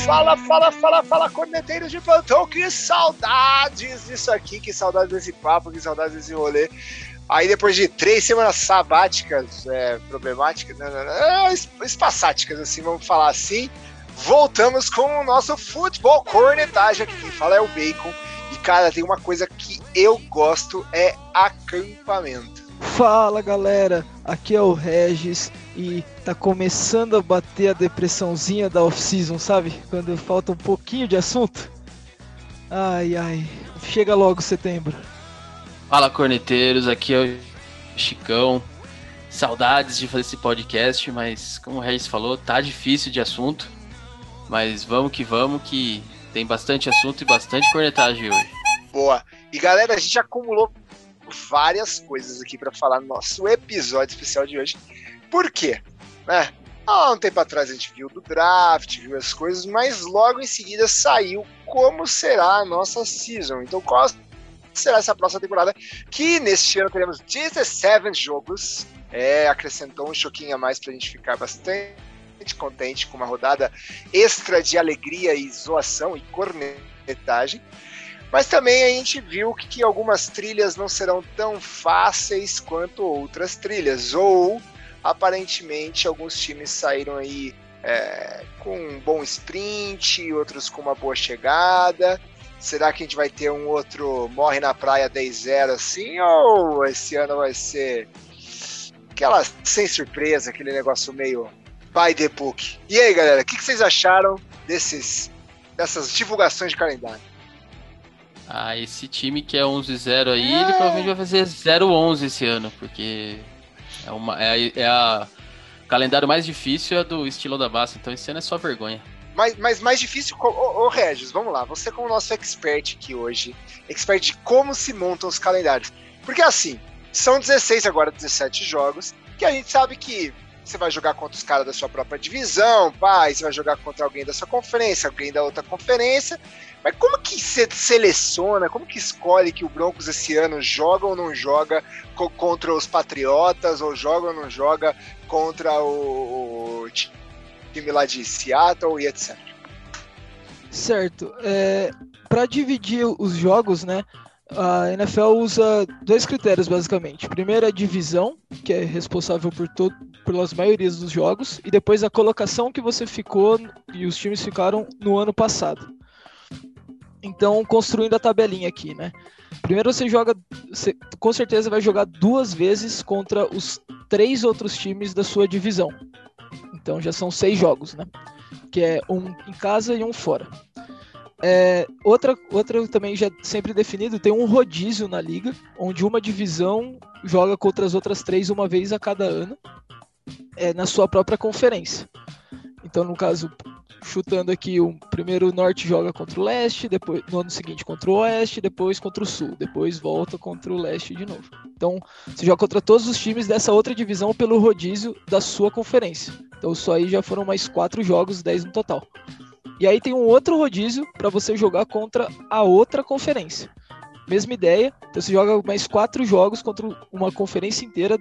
Fala, corneteiros de plantão, que saudades disso aqui, que saudades desse papo, que saudades desse rolê. Aí depois de 3 semanas sabáticas, problemáticas, espaçáticas, assim, vamos falar assim, voltamos com o nosso futebol cornetagem, aqui quem fala é o Bacon, e cara, tem uma coisa que eu gosto, é acampamento. Fala galera, aqui é o Regis e tá começando a bater a depressãozinha da off-season, sabe? Quando falta um pouquinho de assunto. Ai, chega logo setembro. Fala corneteiros, aqui é o Chicão. Saudades de fazer esse podcast, mas como o Regis falou, tá difícil de assunto. Mas vamos que tem bastante assunto e bastante cornetagem hoje. Boa, e galera, a gente acumulou várias coisas aqui para falar no nosso episódio especial de hoje. Por quê? Há um tempo atrás a gente viu do draft, viu as coisas, mas logo em seguida saiu como será a nossa season. Então qual será essa próxima temporada? Que neste ano teremos 17 jogos. Acrescentou um choquinho a mais pra gente ficar bastante contente com uma rodada extra de alegria e zoação e cornetagem. Mas também a gente viu que algumas trilhas não serão tão fáceis quanto outras trilhas. Ou, aparentemente, alguns times saíram aí com um bom sprint, outros com uma boa chegada. Será que a gente vai ter um outro morre na praia 10-0 assim? Ou esse ano vai ser aquela sem surpresa, aquele negócio meio by the book? E aí, galera, o que vocês acharam dessas divulgações de calendário? Esse time que é 11-0 aí, ele provavelmente vai fazer 0-11 esse ano, porque o calendário mais difícil é do Estilão da Massa, então esse ano é só vergonha. Mas mais difícil, Regis, vamos lá, você como nosso expert aqui hoje, expert de como se montam os calendários, porque assim, são 16 agora, 17 jogos, que a gente sabe que você vai jogar contra os caras da sua própria divisão, você vai jogar contra alguém da sua conferência, alguém da outra conferência, mas como que você seleciona, como que escolhe que o Broncos esse ano joga ou não joga contra os Patriotas, ou joga ou não joga contra o time lá de Seattle e etc. Certo, para dividir os jogos, né, a NFL usa 2 critérios basicamente. Primeiro a divisão, que é responsável pelas maiorias dos jogos, e depois a colocação que você ficou e os times ficaram no ano passado. Então, construindo a tabelinha aqui, né? Primeiro você com certeza vai jogar 2 vezes contra os 3 outros times da sua divisão. Então já são 6 jogos, né? Que é um em casa e um fora. Outra também já sempre definido, tem um rodízio na liga, onde uma divisão joga contra as outras 3 uma vez a cada ano, na sua própria conferência. Então, no caso, chutando aqui, primeiro o Norte joga contra o Leste, depois no ano seguinte contra o Oeste, depois contra o Sul, depois volta contra o Leste de novo. Então, você joga contra todos os times dessa outra divisão pelo rodízio da sua conferência. Então, só aí já foram mais 4 jogos, 10 no total. E aí tem um outro rodízio para você jogar contra a outra conferência. Mesma ideia, então você joga mais 4 jogos contra uma conferência inteira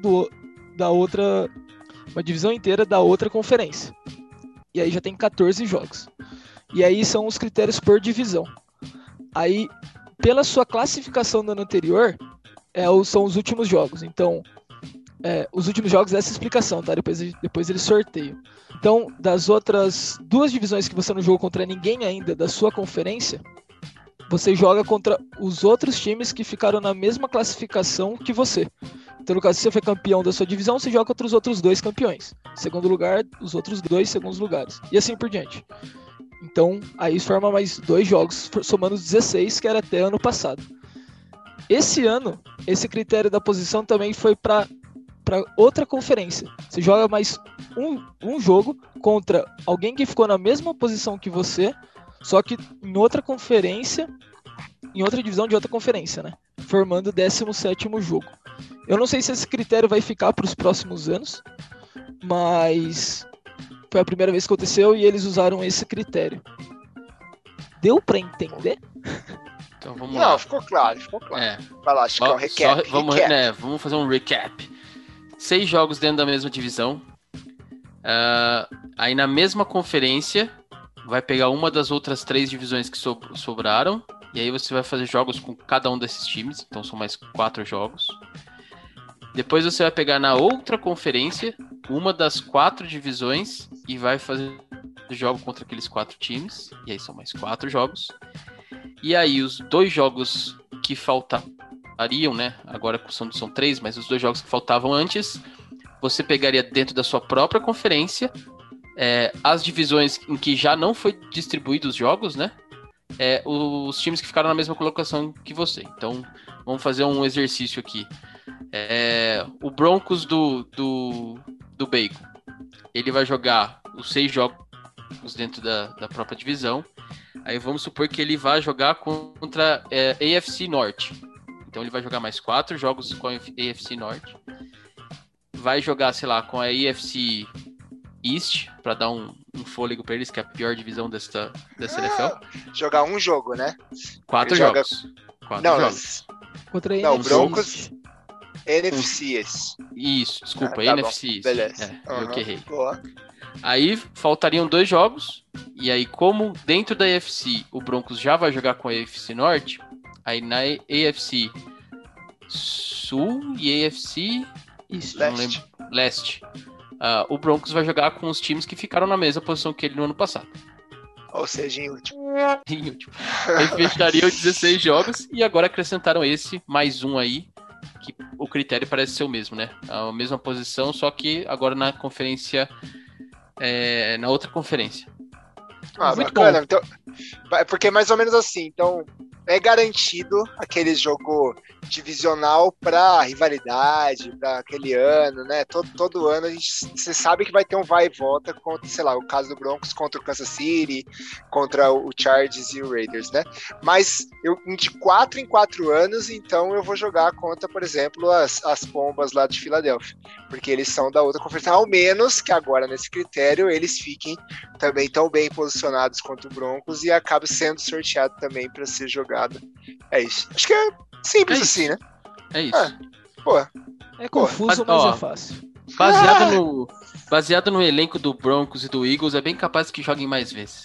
uma divisão inteira da outra conferência. E aí já tem 14 jogos. E aí são os critérios por divisão. Aí, pela sua classificação do ano anterior, são os últimos jogos. Então, os últimos jogos essa explicação, tá? Depois eles sorteiam. Então, das outras 2 divisões que você não jogou contra ninguém ainda da sua conferência, você joga contra os outros times que ficaram na mesma classificação que você. Então, no caso, se você foi campeão da sua divisão, você joga contra os outros 2 campeões. Segundo lugar, os outros 2 segundos lugares. E assim por diante. Então, aí forma mais 2 jogos, somando os 16, que era até ano passado. Esse ano, esse critério da posição também foi para outra conferência. Você joga mais um jogo contra alguém que ficou na mesma posição que você, só que em outra conferência, em outra divisão de outra conferência, né? Formando o 17º jogo. Eu não sei se esse critério vai ficar para os próximos anos, mas foi a primeira vez que aconteceu e eles usaram esse critério. Deu para entender? Então vamos lá. Não, ficou claro. Vai lá, Chico, recap. Vamos fazer um recap. 6 jogos dentro da mesma divisão. Aí na mesma conferência vai pegar uma das outras 3 divisões que sobraram, e aí você vai fazer jogos com cada um desses times, então são mais 4 jogos. Depois você vai pegar na outra conferência uma das 4 divisões e vai fazer jogo contra aqueles 4 times, e aí são mais 4 jogos. E aí os 2 jogos que faltariam, né? Agora são 3, mas os 2 jogos que faltavam antes, você pegaria dentro da sua própria conferência as divisões em que já não foi distribuídos os jogos, né? Os times que ficaram na mesma colocação que você. Então, vamos fazer um exercício aqui. O Broncos do Bacon, ele vai jogar os 6 jogos dentro da própria divisão. Aí vamos supor que ele vai jogar contra AFC Norte. Então ele vai jogar mais 4 jogos com a AFC Norte. Vai jogar, sei lá, com a AFC East, para dar um fôlego para eles, que é a pior divisão dessa NFL. Jogar um jogo, né? 4 jogos. 4 jogos. Contra a não, NFC Broncos, NFC. Isso, desculpa, tá NFC East. Beleza. Eu que errei. Boa. Aí faltariam 2 jogos, e aí como dentro da AFC o Broncos já vai jogar com a AFC Norte, aí na AFC Sul e AFC Leste, o Broncos vai jogar com os times que ficaram na mesma posição que ele no ano passado. Ou seja, em último. Aí fechariam 16 jogos, e agora acrescentaram esse, mais um aí, que o critério parece ser o mesmo, né? A mesma posição, só que agora na conferência... na outra conferência. Muito bacana. Então, porque é mais ou menos assim. Então, é garantido aquele jogo divisional para rivalidade, para aquele ano, né? Todo ano você sabe que vai ter um vai e volta contra, sei lá, o caso do Broncos contra o Kansas City, contra o Chargers e o Raiders, né? Mas de 4 em 4 anos, então eu vou jogar contra, por exemplo, as Pombas lá de Filadélfia, porque eles são da outra conferência, ao menos que agora nesse critério eles fiquem também tão bem posicionados quanto o Broncos e acabe sendo sorteado também para ser jogado. É isso. Acho que é simples assim, né? É isso. É confuso, mas é fácil. Baseado no elenco do Broncos e do Eagles, é bem capaz que joguem mais vezes.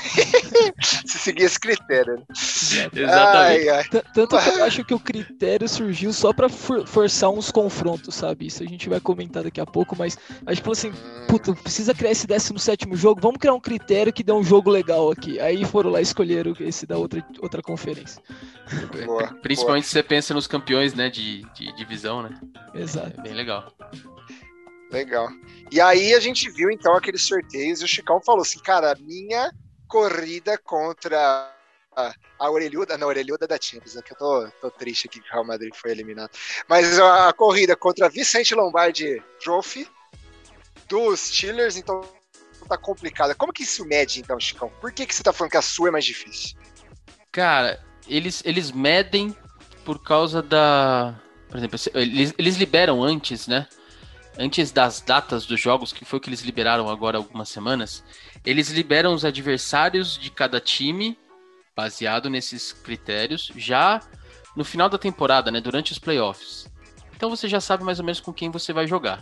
Se seguir esse critério. Exatamente. Tanto que eu acho que o critério surgiu só pra forçar uns confrontos, sabe? Isso a gente vai comentar daqui a pouco, mas a gente falou assim, puta, precisa criar esse 17º jogo, vamos criar um critério que dê um jogo legal aqui. Aí foram lá e escolheram esse da outra conferência. Principalmente se você pensa nos campeões, né, de divisão, né? Exato. É bem legal. Legal. E aí a gente viu então aqueles sorteios e o Chicão falou assim, cara, a minha corrida contra a orelhuda da Champions, né, que eu tô triste aqui que o Real Madrid foi eliminado, mas a corrida contra a Vicente Lombardi Trophy dos Steelers, então tá complicada. Como que isso mede então, Chicão? Por que você tá falando que a sua é mais difícil? Cara, eles medem por causa por exemplo, eles liberam antes, né? Antes das datas dos jogos, que foi o que eles liberaram agora há algumas semanas, eles liberam os adversários de cada time, baseado nesses critérios, já no final da temporada, né, durante os playoffs. Então você já sabe mais ou menos com quem você vai jogar.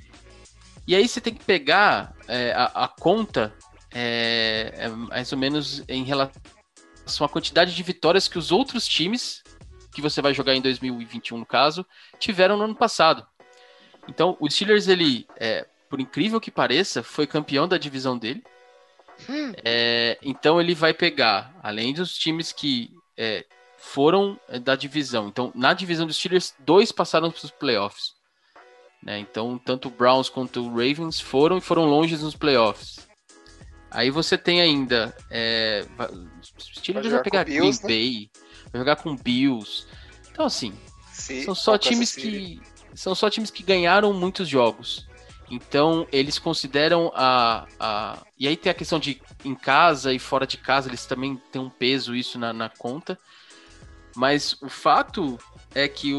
E aí você tem que pegar a conta mais ou menos em relação à quantidade de vitórias que os outros times, que você vai jogar em 2021 no caso, tiveram no ano passado. Então, o Steelers, ele, por incrível que pareça, foi campeão da divisão dele. Então, ele vai pegar, além dos times que foram da divisão. Então, na divisão dos Steelers, 2 passaram para os playoffs. Né? Então, tanto o Browns quanto o Ravens foram longe nos playoffs. Aí você tem ainda... o Steelers vai pegar Green Bay, vai jogar com Bills. Então, assim, são só times que ganharam muitos jogos. Então, eles consideram E aí tem a questão de em casa e fora de casa, eles também têm um peso isso na conta. Mas o fato é que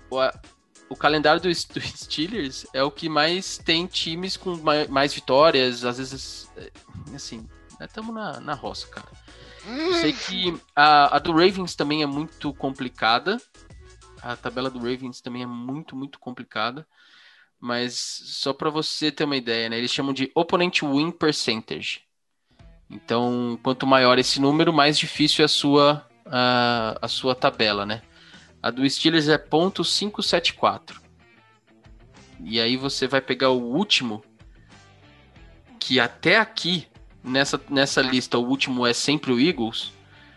o calendário do Steelers é o que mais tem times com mais vitórias. Às vezes, assim, estamos na roça, cara. Eu sei que a do Ravens também é muito complicada. A tabela do Ravens também é muito, muito complicada. Mas só para você ter uma ideia, né? Eles chamam de Opponent Win Percentage. Então, quanto maior esse número, mais difícil é a sua tabela, né? A do Steelers é .574. E aí você vai pegar o último, que até aqui, nessa lista, o último é sempre o Eagles.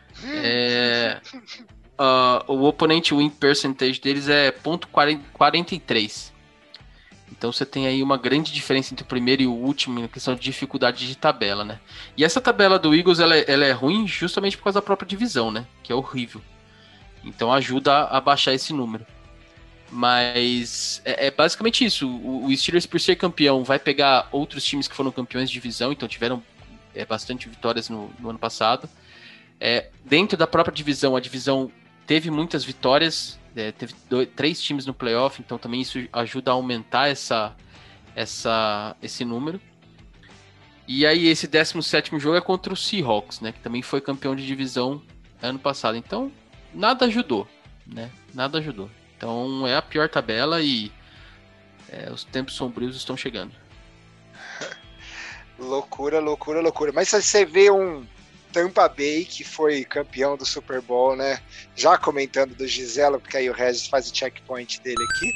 O oponente win percentage deles é .43. Então você tem aí uma grande diferença entre o primeiro e o último na questão de dificuldade de tabela, né? E essa tabela do Eagles, ela é ruim justamente por causa da própria divisão, né? Que é horrível. Então ajuda a baixar esse número. Mas é basicamente isso. O Steelers, por ser campeão, vai pegar outros times que foram campeões de divisão, então tiveram bastante vitórias no ano passado. Dentro da própria divisão, a divisão teve muitas vitórias, teve 3 times no playoff, então também isso ajuda a aumentar esse número. E aí esse 17º jogo é contra o Seahawks, né, que também foi campeão de divisão ano passado. Então nada ajudou, né? Nada ajudou. Então é a pior tabela e os tempos sombrios estão chegando. Loucura, loucura, loucura. Mas se você vê um Tampa Bay que foi campeão do Super Bowl, né? Já comentando do Gisela, porque aí o Regis faz o checkpoint dele aqui.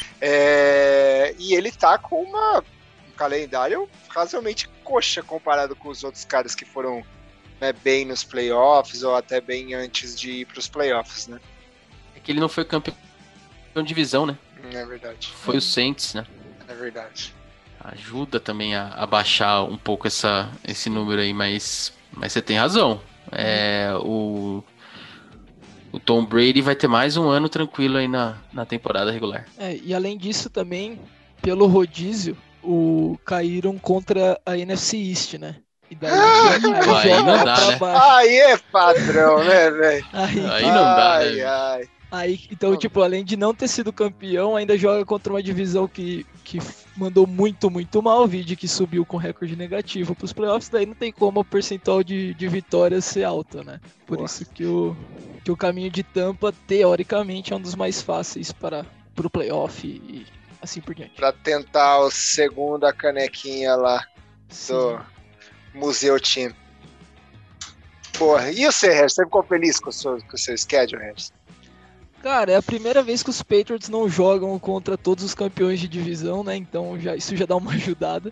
E ele tá com um calendário razoavelmente coxa comparado com os outros caras que foram, né, bem nos playoffs ou até bem antes de ir pros playoffs, né? É que ele não foi campeão de divisão, né? É verdade. Foi o Saints, né? É verdade. Ajuda também a baixar um pouco esse número aí, mas você tem razão. O Tom Brady vai ter mais um ano tranquilo aí na temporada regular. E além disso também, pelo rodízio, caíram contra a NFC East, né? E daí aí não dá, né? Aí é padrão, né, velho? Aí não dá, né? Ai. Aí, então, tipo, além de não ter sido campeão, ainda joga contra uma divisão que mandou muito, muito mal, vídeo que subiu com recorde negativo pros playoffs, daí não tem como o percentual de vitórias ser alta, né? Por isso que o caminho de Tampa, teoricamente, é um dos mais fáceis pro playoff e assim por diante. Pra tentar o segunda canequinha lá do Museu Team. Porra, e você, Regis? Você ficou feliz com o seu schedule, Regis? Cara, é a primeira vez que os Patriots não jogam contra todos os campeões de divisão, né? Então isso já dá uma ajudada.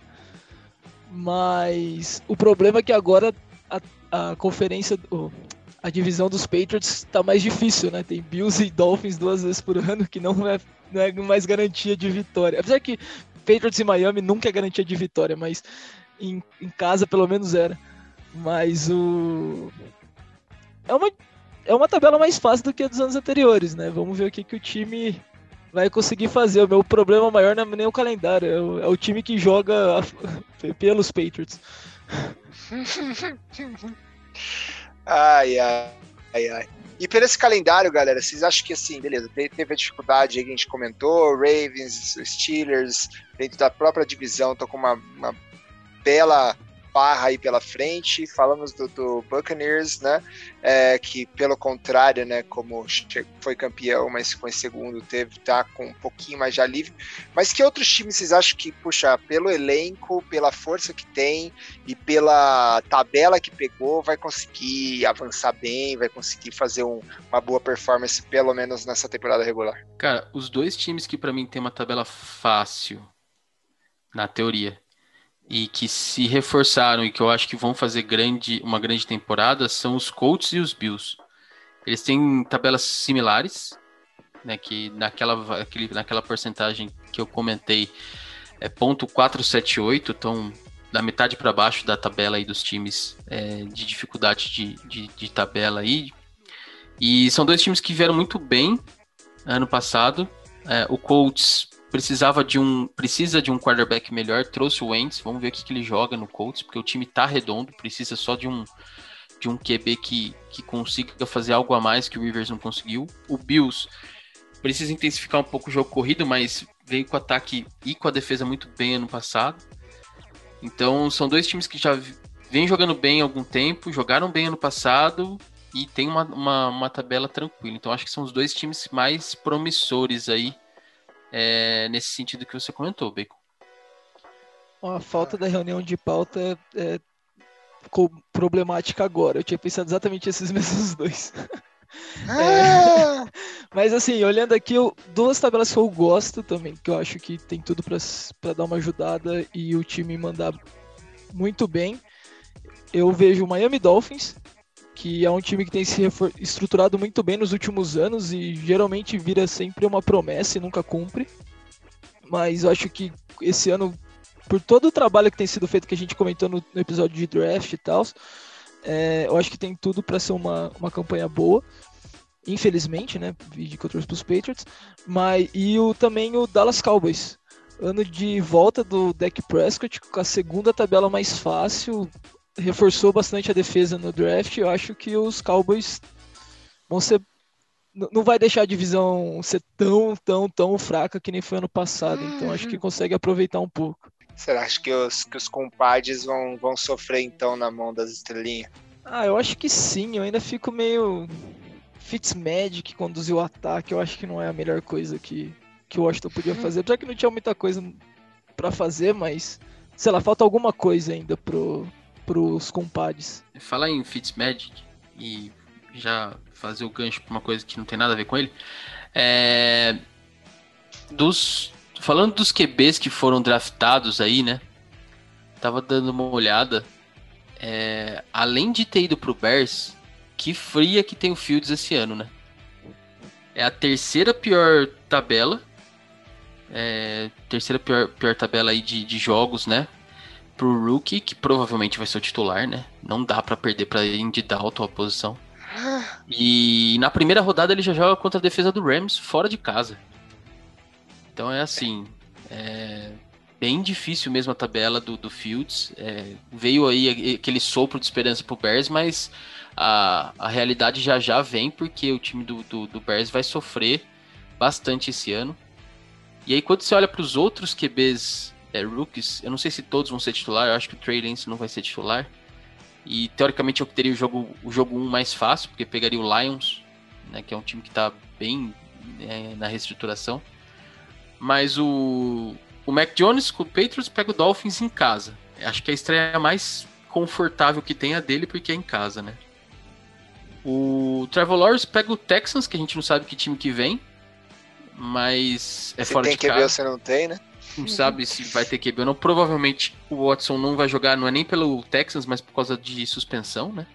Mas o problema é que agora a conferência, a divisão dos Patriots tá mais difícil, né? Tem Bills e Dolphins 2 vezes por ano, que não é mais garantia de vitória. Apesar que Patriots e Miami nunca é garantia de vitória, mas em casa pelo menos era. Mas é uma tabela mais fácil do que a dos anos anteriores, né? Vamos ver o que o time vai conseguir fazer. O meu problema maior não é nem o calendário, é o time que joga pelos Patriots. Ai. E por esse calendário, galera, vocês acham que, assim, beleza, teve a dificuldade aí que a gente comentou, Ravens, Steelers, dentro da própria divisão, tô com uma bela barra aí pela frente. Falamos do Buccaneers, né, que pelo contrário, né, como foi campeão, mas com esse segundo tá com um pouquinho mais de alívio. Mas que outros times vocês acham que, puxa, pelo elenco, pela força que tem e pela tabela que pegou, vai conseguir avançar bem, vai conseguir fazer uma boa performance, pelo menos nessa temporada regular? Cara, os dois times que pra mim tem uma tabela fácil, na teoria, e que se reforçaram e que eu acho que vão fazer uma grande temporada são os Colts e os Bills. Eles têm tabelas similares, né, que naquela porcentagem que eu comentei é .478, então da metade para baixo da tabela aí dos times de dificuldade de tabela aí. E são dois times que vieram muito bem ano passado. O Colts precisa de um quarterback melhor, trouxe o Wentz, vamos ver o que ele joga no Colts, porque o time tá redondo, precisa só de um QB que consiga fazer algo a mais que o Rivers não conseguiu. O Bills precisa intensificar um pouco o jogo corrido, mas veio com o ataque e com a defesa muito bem ano passado. Então são dois times que já vêm jogando bem há algum tempo, jogaram bem ano passado e tem uma tabela tranquila. Então acho que são os dois times mais promissores aí, nesse sentido que você comentou, Bacon. A falta da reunião de pauta problemática agora. Eu tinha pensado exatamente esses mesmos dois. Mas assim, olhando aqui, duas tabelas que eu gosto também, que eu acho que tem tudo pra dar uma ajudada e o time mandar muito bem. Eu vejo o Miami Dolphins, que é um time que tem se estruturado muito bem nos últimos anos e geralmente vira sempre uma promessa e nunca cumpre. Mas eu acho que esse ano, por todo o trabalho que tem sido feito, que a gente comentou no episódio de draft e tal, eu acho que tem tudo para ser uma campanha boa. Infelizmente, né? Vídeo que eu trouxe para os Patriots. Também o Dallas Cowboys. Ano de volta do Dak Prescott, com a segunda tabela mais fácil. Reforçou bastante a defesa no draft. Eu acho que os Cowboys vão ser. Não vai deixar a divisão ser tão fraca que nem foi ano passado. Então acho que consegue aproveitar um pouco. Será que os compadres vão sofrer então na mão das estrelinhas? Eu acho que sim. Eu ainda fico meio. Fitzmagic conduzir o ataque. Eu acho que não é a melhor coisa que o Washington podia fazer. Apesar que não tinha muita coisa pra fazer, mas sei lá, falta alguma coisa ainda pros compadres. Falar em Fitzmagic e já fazer o gancho pra uma coisa que não tem nada a ver com ele. Falando dos QBs que foram draftados aí, né? Tava dando uma olhada. Além de ter ido pro Bears, que fria que tem o Fields esse ano, né? É a terceira pior tabela. Terceira pior tabela aí de jogos, né? Pro rookie, que provavelmente vai ser o titular, né? Não dá pra perder pra Andy Dalton a posição. E na primeira rodada ele já joga contra a defesa do Rams fora de casa. Então é assim, bem difícil mesmo a tabela do Fields. Veio aí aquele sopro de esperança pro Bears, mas a realidade já vem, porque o time do Bears vai sofrer bastante esse ano. E aí quando você olha para os outros QBs rookies, eu não sei se todos vão ser titular, eu acho que o Trey Lance não vai ser titular. E teoricamente eu teria o jogo 1 mais fácil, porque pegaria o Lions, né, que é um time que está bem na reestruturação. Mas o Mac Jones com o Patriots pega o Dolphins em casa. Acho que a estreia mais confortável que tem é a dele, porque é em casa, né? O Trevor Lawrence pega o Texans, que a gente não sabe que time que vem, mas fora de casa. Você tem QB ou você não tem, né? Não sabe se vai ter QB ou não. Provavelmente o Watson não vai jogar, não é nem pelo Texans, mas por causa de suspensão, né?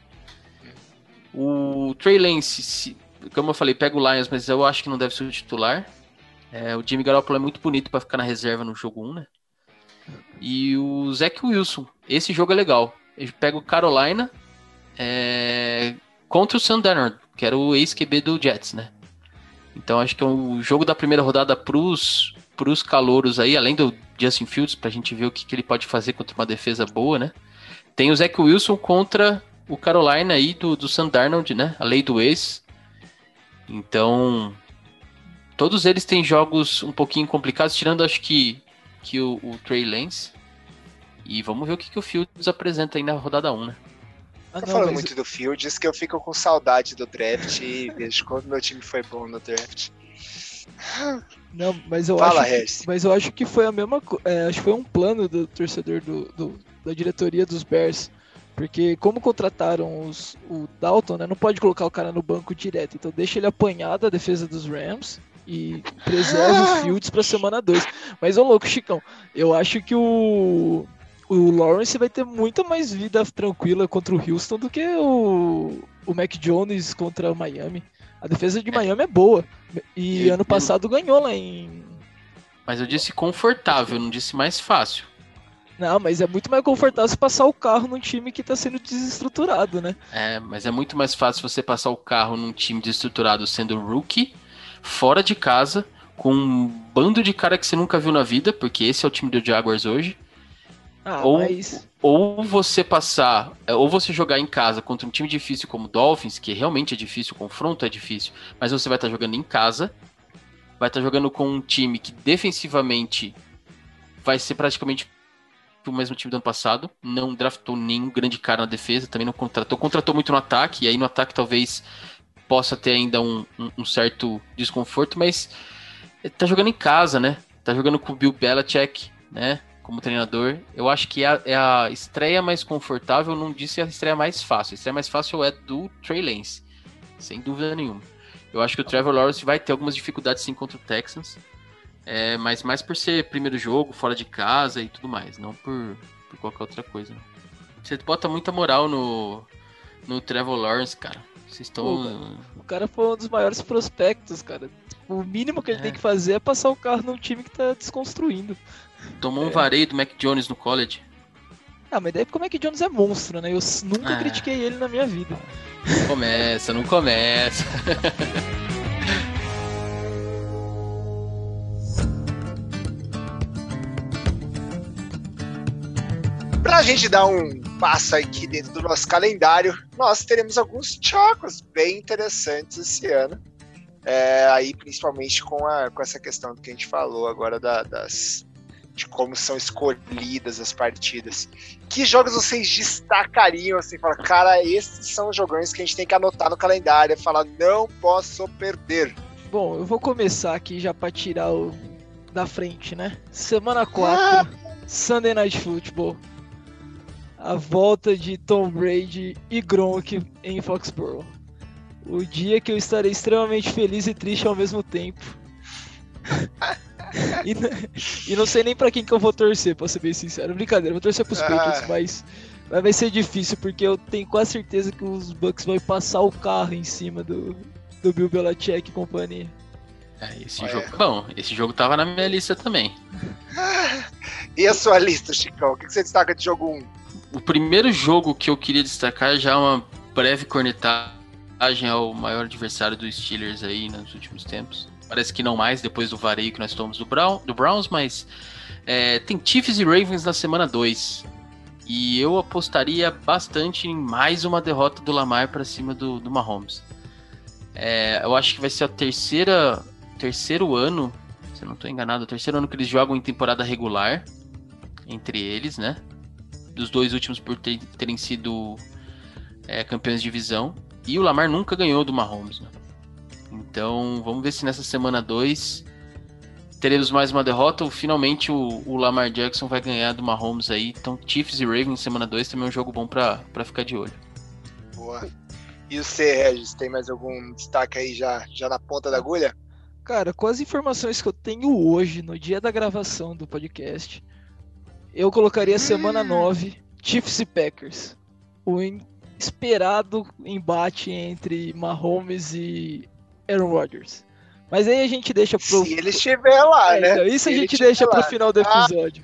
O Trey Lance, como eu falei, pega o Lions, mas eu acho que não deve ser o titular. O Jimmy Garoppolo é muito bonito para ficar na reserva no jogo 1, né? E o Zach Wilson, esse jogo é legal. Ele pega o Carolina contra o Sam Darnold, que era o ex-QB do Jets, né? Então acho que é o jogo da primeira rodada pros calouros aí, além do Justin Fields, pra gente ver o que ele pode fazer contra uma defesa boa, né? Tem o Zach Wilson contra o Carolina aí do Sam Darnold, né? A lei do ex. Então, todos eles têm jogos um pouquinho complicados, tirando acho que o Trey Lance. E vamos ver o que o Fields apresenta aí na rodada 1, né? Eu falo muito do Fields, que eu fico com saudade do draft e vejo como meu time foi bom no draft. Não, mas eu acho que foi a mesma coisa. Acho que foi um plano do torcedor da diretoria dos Bears. Porque como contrataram o Dalton, né, não pode colocar o cara no banco direto. Então deixa ele apanhar da defesa dos Rams e preserva o Fields pra semana 2. Mas, ô louco, Chicão, eu acho que o Lawrence vai ter muita mais vida tranquila contra o Houston do que o Mac Jones contra o Miami. A defesa de Miami é boa. E ano passado ganhou lá em... Mas eu disse confortável, não disse mais fácil. Não, mas é muito mais confortável você passar o carro num time que tá sendo desestruturado, né? Mas é muito mais fácil você passar o carro num time desestruturado sendo rookie, fora de casa, com um bando de cara que você nunca viu na vida, porque esse é o time do Jaguars hoje. Ou você jogar em casa contra um time difícil como o Dolphins, que realmente é difícil, o confronto é difícil, mas você vai estar jogando em casa, vai estar jogando com um time que defensivamente vai ser praticamente o mesmo time do ano passado, não draftou nenhum grande cara na defesa, também não contratou muito no ataque, e aí no ataque talvez possa ter ainda um certo desconforto, mas tá jogando em casa, né? Tá jogando com o Bill Belichick, né? como treinador. Eu acho que é a estreia mais confortável, não disse a estreia mais fácil. A estreia mais fácil é do Trey Lance, sem dúvida nenhuma. Eu acho que o Trevor Lawrence vai ter algumas dificuldades sim contra o Texans, mas mais por ser primeiro jogo, fora de casa e tudo mais, não por qualquer outra coisa. Você bota muita moral no Trevor Lawrence, cara. Vocês estão... O cara foi um dos maiores prospectos, cara. O mínimo que ele tem que fazer é passar o carro num time que tá desconstruindo. Tomou um vareio do Mac Jones no college. Ah, mas daí como é que Jones é monstro, né? Eu nunca critiquei ele na minha vida. Não começa. Pra gente dar um passo aqui dentro do nosso calendário, nós teremos alguns jogos bem interessantes esse ano. Aí principalmente com essa questão que a gente falou agora de como são escolhidas as partidas. Que jogos vocês destacariam, assim, falar, cara, esses são os jogões que a gente tem que anotar no calendário e falar, não posso perder. Bom, eu vou começar aqui já pra tirar o da frente, né? Semana 4, Sunday Night Football. A volta de Tom Brady e Gronk em Foxborough. O dia que eu estarei extremamente feliz e triste ao mesmo tempo. E não sei nem pra quem que eu vou torcer, pra ser bem sincero. Brincadeira, eu vou torcer pros Patriots, mas vai ser difícil, porque eu tenho quase certeza que os Bucks vão passar o carro em cima do Bill Belichick e companhia. Esse jogo tava na minha lista também. E a sua lista, Chicão? O que você destaca de jogo 1? O primeiro jogo que eu queria destacar já é uma breve cornetagem ao maior adversário dos Steelers aí nos últimos tempos. Parece que não mais, depois do vareio que nós tomamos do Browns, mas tem Chiefs e Ravens na semana 2. E eu apostaria bastante em mais uma derrota do Lamar para cima do Mahomes. Eu acho que vai ser terceiro ano, se eu não estou enganado, o terceiro ano que eles jogam em temporada regular, entre eles, né? Dos dois últimos por terem sido campeões de divisão. E o Lamar nunca ganhou do Mahomes, né? Então, vamos ver se nessa semana 2 teremos mais uma derrota ou finalmente o Lamar Jackson vai ganhar do Mahomes aí. Então, Chiefs e Ravens semana 2 também é um jogo bom pra ficar de olho. Boa. E você, Regis, tem mais algum destaque aí já na ponta da agulha? Cara, com as informações que eu tenho hoje, no dia da gravação do podcast, eu colocaria semana 9, Chiefs e Packers. O esperado embate entre Mahomes e Aaron Rodgers. Mas aí a gente deixa pro... Se ele estiver lá, né? Então, isso a gente deixa pro final do episódio.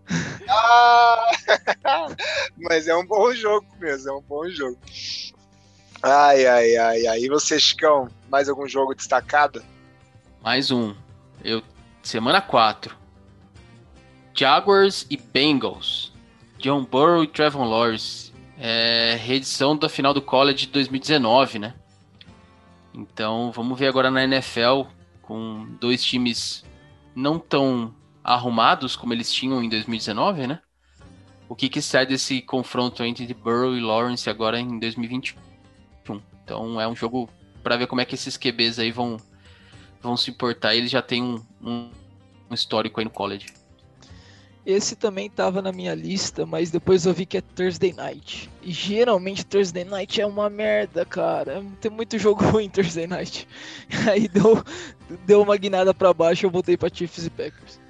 Mas é um bom jogo mesmo, é um bom jogo. Ai. E você, Chicão, mais algum jogo destacado? Mais um. Semana 4. Jaguars e Bengals. John Burrow e Trevor Lawrence. Reedição da final do college de 2019, né? Então, vamos ver agora na NFL, com dois times não tão arrumados como eles tinham em 2019, né? O que sai desse confronto entre Burrow e Lawrence agora em 2021. Então, é um jogo para ver como é que esses QBs aí vão se portar. Eles já têm um histórico aí no college. Esse também estava na minha lista, mas depois eu vi que é Thursday Night. E geralmente Thursday Night é uma merda, cara. Tem muito jogo ruim Thursday Night. Aí deu uma guinada pra baixo e eu voltei pra Chiefs e Packers.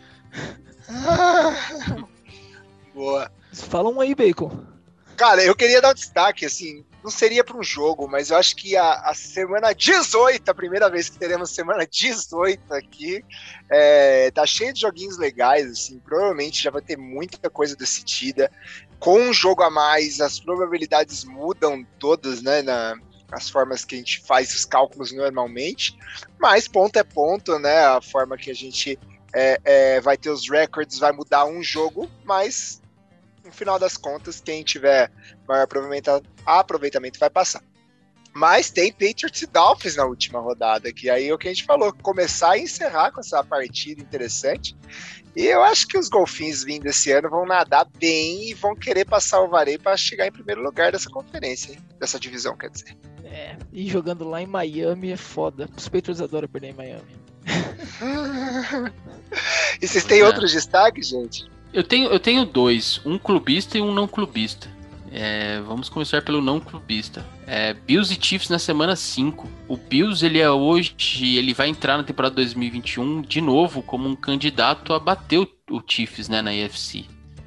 Boa. Falam aí, Bacon. Cara, eu queria dar um destaque, assim, não seria para um jogo, mas eu acho que a semana 18, a primeira vez que teremos semana 18 aqui, tá cheio de joguinhos legais, assim, provavelmente já vai ter muita coisa decidida. Com um jogo a mais, as probabilidades mudam todas, né, as formas que a gente faz os cálculos normalmente, mas ponto é ponto, né, a forma que a gente vai ter os records vai mudar um jogo, mas no final das contas, quem tiver maior aproveitamento vai passar. Mas tem Patriots e Dolphins na última rodada, que aí é o que a gente falou, começar e encerrar com essa partida interessante. E eu acho que os golfinhos vindo esse ano vão nadar bem e vão querer passar o vareio para chegar em primeiro lugar dessa conferência, hein? Dessa divisão, quer dizer. E jogando lá em Miami é foda. Os Patriots adoram perder em Miami. E vocês têm outros destaques, gente? Eu tenho dois, um clubista e um não clubista. Vamos começar pelo não clubista. Bills e Chiefs na semana 5. O Bills, ele vai entrar na temporada 2021 de novo como um candidato a bater o Chiefs, né, na AFC.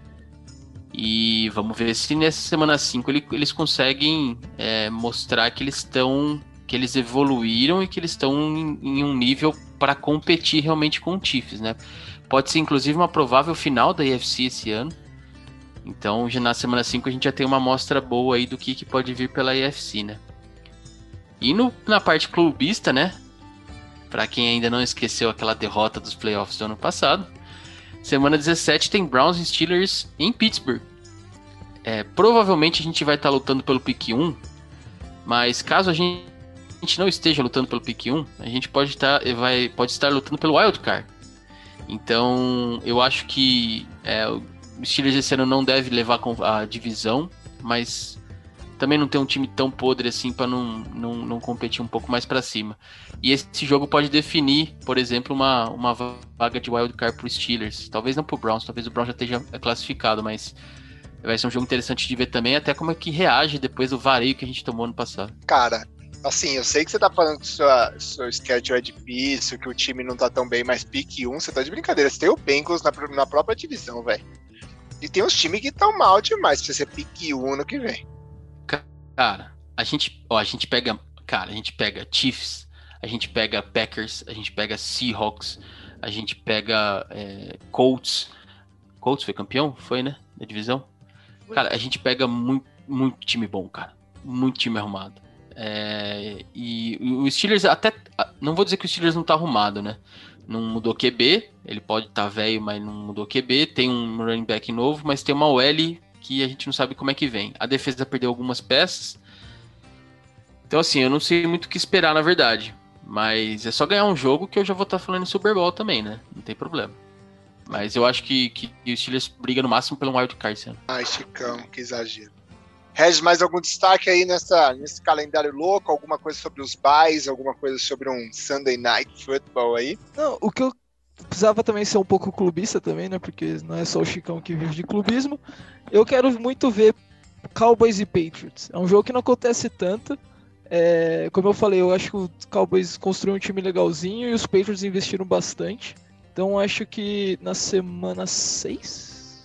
E vamos ver se nessa semana 5 eles conseguem mostrar que eles evoluíram e que eles estão em um nível para competir realmente com o Chiefs, né? Pode ser inclusive uma provável final da AFC esse ano. Então, já na semana 5 a gente já tem uma amostra boa aí do que pode vir pela AFC, né? E na parte clubista, né? Pra quem ainda não esqueceu aquela derrota dos playoffs do ano passado, semana 17 tem Browns e Steelers em Pittsburgh. Provavelmente a gente vai estar lutando pelo pick 1, mas caso a gente não esteja lutando pelo pick 1, a gente pode estar lutando pelo wild card. Então, eu acho que o Steelers esse ano não deve levar a divisão, mas também não tem um time tão podre assim para não competir um pouco mais para cima. E esse jogo pode definir, por exemplo, uma vaga de wildcard para os Steelers. Talvez não para o Browns, talvez o Browns já esteja classificado, mas vai ser um jogo interessante de ver também, até como é que reage depois do vareio que a gente tomou no passado. Cara, assim, eu sei que você tá falando que seu schedule é difícil, que o time não tá tão bem, mas pique 1, você tá de brincadeira. Você tem o Bengals na própria divisão, velho. E tem uns times que estão mal demais pra você ser pique 1 no que vem. Cara, a gente pega Chiefs, a gente pega Packers, a gente pega Seahawks, a gente pega Colts. Colts foi campeão? Foi, né? Da divisão? Cara, a gente pega muito, muito time bom, cara. Muito time arrumado. E o Steelers até... Não vou dizer que o Steelers não tá arrumado, né? Não mudou QB, ele pode estar velho, mas não mudou QB. Tem um running back novo, mas tem uma OL que a gente não sabe como é que vem. A defesa perdeu algumas peças. Então, assim, eu não sei muito o que esperar, na verdade. Mas é só ganhar um jogo que eu já vou estar falando em Super Bowl também, né? Não tem problema. Mas eu acho que o Steelers briga no máximo pelo wild card esse ano. Ai, Chicão, que exagero. Regis, mais algum destaque aí nesse calendário louco? Alguma coisa sobre os buys? Alguma coisa sobre um Sunday Night Football aí? Não, o que eu precisava também ser um pouco clubista também, né? Porque não é só o Chicão que vive de clubismo. Eu quero muito ver Cowboys e Patriots. É um jogo que não acontece tanto. Como eu falei, eu acho que os Cowboys construíram um time legalzinho e os Patriots investiram bastante. Então acho que na semana 6,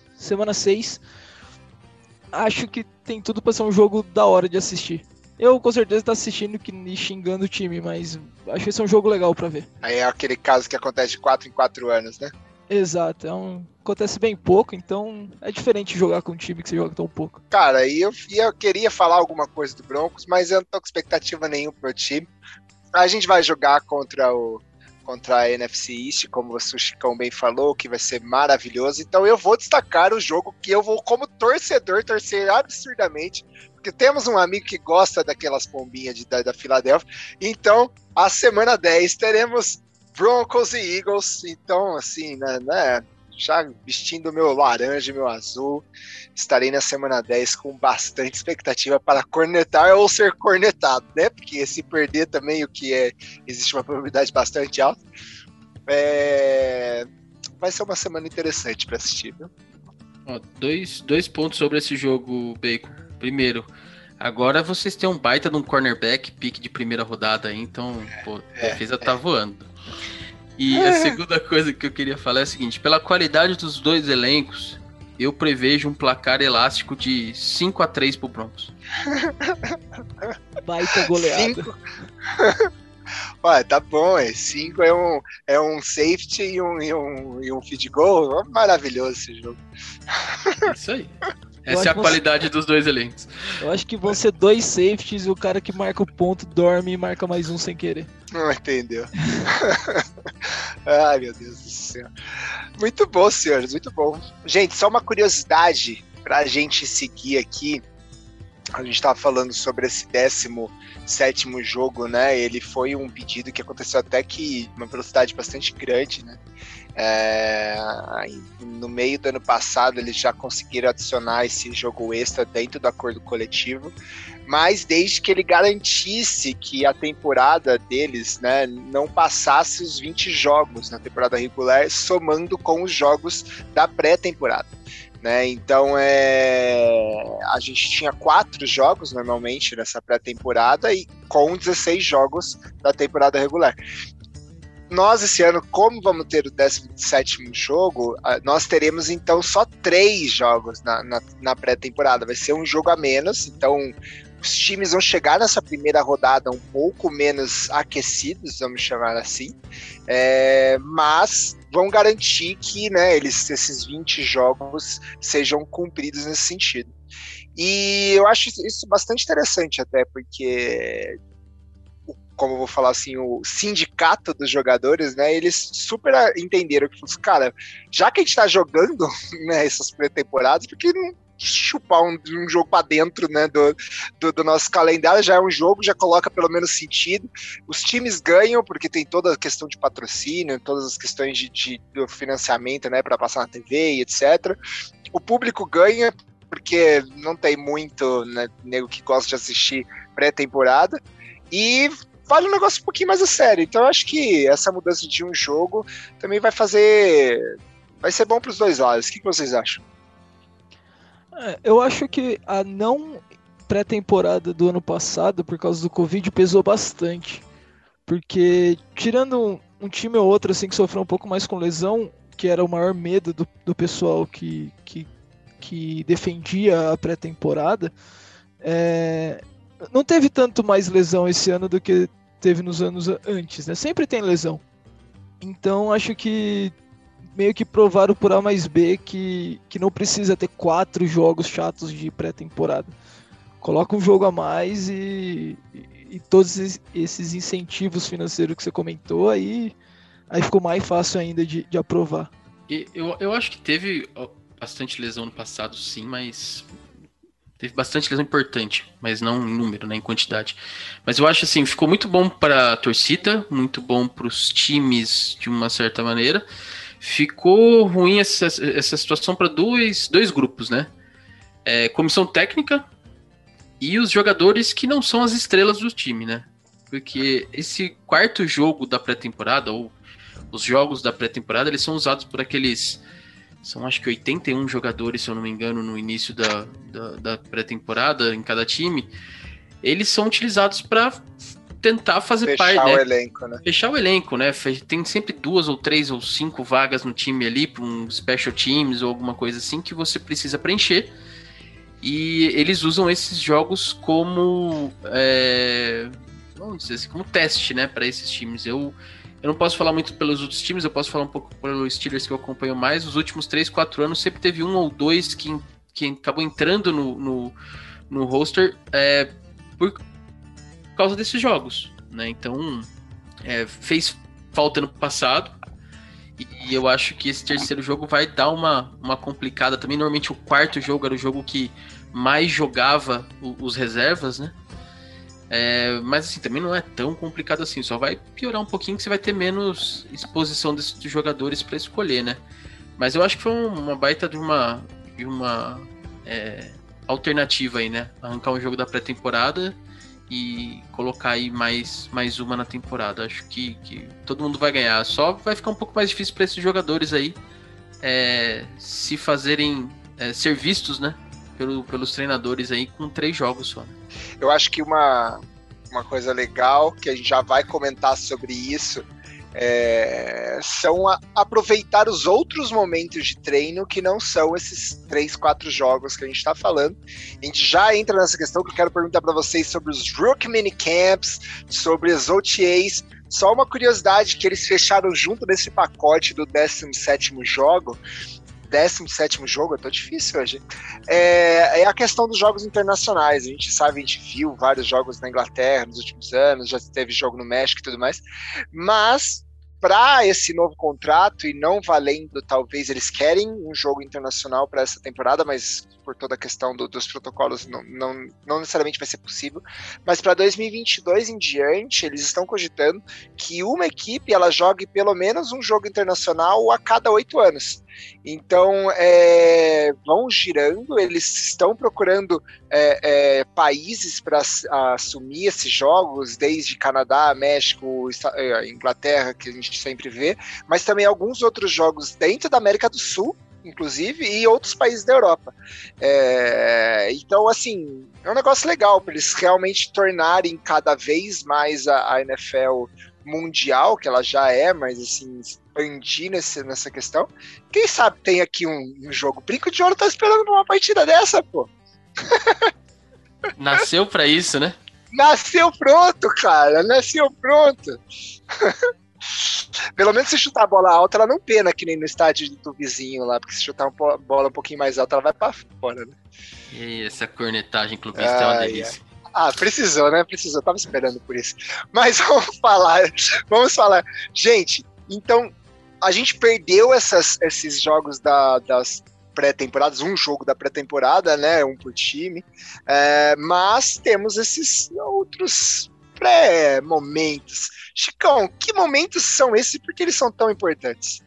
acho que tem tudo pra ser um jogo da hora de assistir. Eu com certeza tô assistindo e xingando o time, mas acho que esse é um jogo legal pra ver. Aí é aquele caso que acontece de 4 em 4 anos, né? Exato, acontece bem pouco, então é diferente jogar com um time que você joga tão pouco. Cara, aí eu queria falar alguma coisa do Broncos, mas eu não tô com expectativa nenhuma pro time. A gente vai jogar contra a NFC East, como o Chicão bem falou, que vai ser maravilhoso. Então eu vou destacar o jogo que eu vou, como torcedor, torcer absurdamente, porque temos um amigo que gosta daquelas pombinhas da Filadélfia. Então, a semana 10 teremos Broncos e Eagles. Então, assim, né, já vestindo meu laranja e meu azul, estarei na semana 10 com bastante expectativa para cornetar ou ser cornetado, né? Porque se perder também, existe uma probabilidade bastante alta. Vai ser uma semana interessante para assistir, viu? Dois pontos sobre esse jogo, Bacon. Primeiro, agora vocês têm um baita de um cornerback, pique de primeira rodada aí, então a defesa tá voando. E a segunda coisa que eu queria falar é a seguinte: pela qualidade dos dois elencos, eu prevejo um placar elástico de 5-3 pro Broncos. Baita goleada. 5? Ué, tá bom, 5 é um safety e um field goal. Maravilhoso esse jogo. Isso aí. Essa é a qualidade dos dois elencos. Eu acho que vão ser 2 safeties e o cara que marca o ponto dorme e marca mais um sem querer. Não entendeu. Ai, meu Deus do céu. Muito bom, senhores, muito bom. Gente, só uma curiosidade pra gente seguir aqui. A gente tava falando sobre esse 17º jogo, né? Ele foi um pedido que aconteceu até que uma velocidade bastante grande, né? No meio do ano passado eles já conseguiram adicionar esse jogo extra dentro do acordo coletivo. mas desde que ele garantisse que a temporada deles, né, não passasse os 20 jogos na temporada regular, somando com os jogos da pré-temporada. Né? Então a gente tinha 4 jogos normalmente nessa pré-temporada e com 16 jogos da temporada regular. Nós esse ano, como vamos ter o 17º jogo, nós teremos então só 3 jogos na pré-temporada, vai ser um jogo a menos, então os times vão chegar nessa primeira rodada um pouco menos aquecidos, vamos chamar assim, mas vão garantir que, né, esses 20 jogos sejam cumpridos nesse sentido. E eu acho isso bastante interessante até, porque, como eu vou falar assim, o sindicato dos jogadores, né, eles super entenderam que, cara, já que a gente tá jogando, né, essas pré-temporadas, porque não chupar um jogo para dentro, né, do nosso calendário, já é um jogo, já coloca pelo menos sentido. Os times ganham porque tem toda a questão de patrocínio, todas as questões do financiamento, né, para passar na TV e etc. O público ganha porque não tem muito, né, nego que gosta de assistir pré-temporada, e vale um negócio um pouquinho mais a sério. Então eu acho que essa mudança de um jogo também vai ser bom para os dois lados. O que vocês acham? Eu acho que a não pré-temporada do ano passado, por causa do Covid, pesou bastante. Porque, tirando um time ou outro assim, que sofreu um pouco mais com lesão, que era o maior medo do pessoal que defendia a pré-temporada, não teve tanto mais lesão esse ano do que teve nos anos antes, né? Sempre tem lesão. Então, acho que meio que provaram por A mais B que não precisa ter 4 jogos chatos de pré-temporada. Coloca um jogo a mais e todos esses incentivos financeiros que você comentou, aí ficou mais fácil ainda de aprovar. Eu acho que teve bastante lesão no passado, sim, mas teve bastante lesão importante, mas não em número, né, em quantidade. Mas eu acho assim, ficou muito bom para a torcida, muito bom para os times de uma certa maneira. Ficou ruim essa situação para dois grupos, né? Comissão técnica e os jogadores que não são as estrelas do time, né? Porque esse 4º jogo da pré-temporada, ou os jogos da pré-temporada, eles são usados por aqueles... São acho que 81 jogadores, se eu não me engano, no início da pré-temporada em cada time. Eles são utilizados para tentar fazer parte, né? Elenco, né? Fechar o elenco, né? Tem sempre 2 ou 3 ou 5 vagas no time ali, para um special teams ou alguma coisa assim que você precisa preencher. E eles usam esses jogos como, vamos dizer assim, como teste, né, para esses times. Eu não posso falar muito pelos outros times, eu posso falar um pouco pelos Steelers que eu acompanho mais. Os últimos 3, 4 anos sempre teve 1 ou 2 que acabou entrando no roster por causa desses jogos, né? Então fez falta no passado e eu acho que esse 3º jogo vai dar uma complicada também. Normalmente o 4º jogo era o jogo que mais jogava os reservas, né? Mas assim, também não é tão complicado assim, só vai piorar um pouquinho que você vai ter menos exposição desses jogadores para escolher, né? Mas eu acho que foi uma baita de uma alternativa aí, né? Arrancar um jogo da pré-temporada e colocar aí mais uma na temporada. Acho que todo mundo vai ganhar. Só vai ficar um pouco mais difícil para esses jogadores aí se fazerem ser vistos, né, pelos treinadores aí com 3 jogos só, né? Eu acho que uma coisa legal que a gente já vai comentar sobre isso são aproveitar os outros momentos de treino que não são esses 3, 4 jogos que a gente está falando. A gente já entra nessa questão que eu quero perguntar para vocês sobre os Rookie Minicamps, sobre as OTAs. Só uma curiosidade que eles fecharam junto nesse pacote do 17º jogo. 17º jogo, eu tô difícil hoje. É a questão dos jogos internacionais. A gente sabe, a gente viu vários jogos na Inglaterra nos últimos anos, já teve jogo no México e tudo mais, mas para esse novo contrato e não valendo, talvez eles querem um jogo internacional para essa temporada, mas por toda a questão dos protocolos não necessariamente vai ser possível. Mas para 2022 em diante, eles estão cogitando que uma equipe ela jogue pelo menos um jogo internacional a cada 8 anos. Então, vão girando, eles estão procurando países para assumir esses jogos, desde Canadá, México, Inglaterra, que a gente sempre vê, mas também alguns outros jogos dentro da América do Sul, inclusive, e outros países da Europa. Então, assim, é um negócio legal para eles realmente tornarem cada vez mais a NFL mundial, que ela já é, mas assim, expandir nessa questão. Quem sabe tem aqui um jogo. Brinco de Ouro tá esperando por uma partida dessa, pô. Nasceu pra isso, né? Nasceu pronto, cara. Nasceu pronto. Pelo menos se chutar a bola alta, ela não pena, que nem no estádio do vizinho lá, porque se chutar uma bola um pouquinho mais alta, ela vai pra fora, né? E essa cornetagem clubista é uma delícia. Precisou, né? Precisou, tava esperando por isso. Mas vamos falar. Gente, então, a gente perdeu esses jogos das pré-temporadas, um jogo da pré-temporada, né? Um por time. Mas temos esses outros pré-momentos. Chicão, que momentos são esses? Por que eles são tão importantes?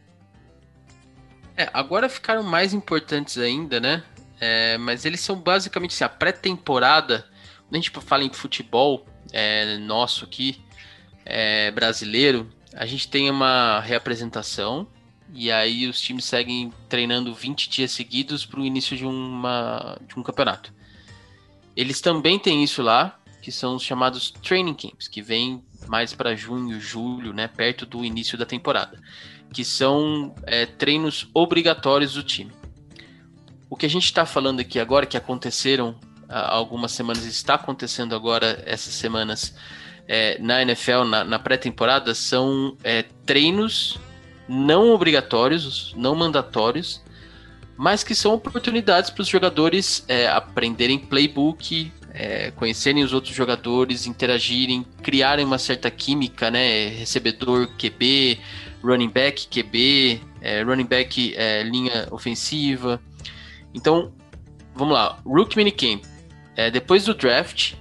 Agora ficaram mais importantes ainda, né? Mas eles são basicamente assim, a pré-temporada. Quando a gente fala em futebol nosso aqui, brasileiro, a gente tem uma reapresentação e aí os times seguem treinando 20 dias seguidos para o início de um campeonato. Eles também têm isso lá, que são os chamados training camps, que vêm mais para junho, julho, né, perto do início da temporada, que são treinos obrigatórios do time. O que a gente está falando aqui agora, que aconteceram há algumas semanas, está acontecendo agora essas semanas na NFL, na pré-temporada, são treinos não obrigatórios, não mandatórios, mas que são oportunidades para os jogadores aprenderem playbook, conhecerem os outros jogadores, interagirem, criarem uma certa química, né? Recebedor QB, running back QB, running back linha ofensiva. Então, vamos lá, Rookie Minicamp. Depois do draft,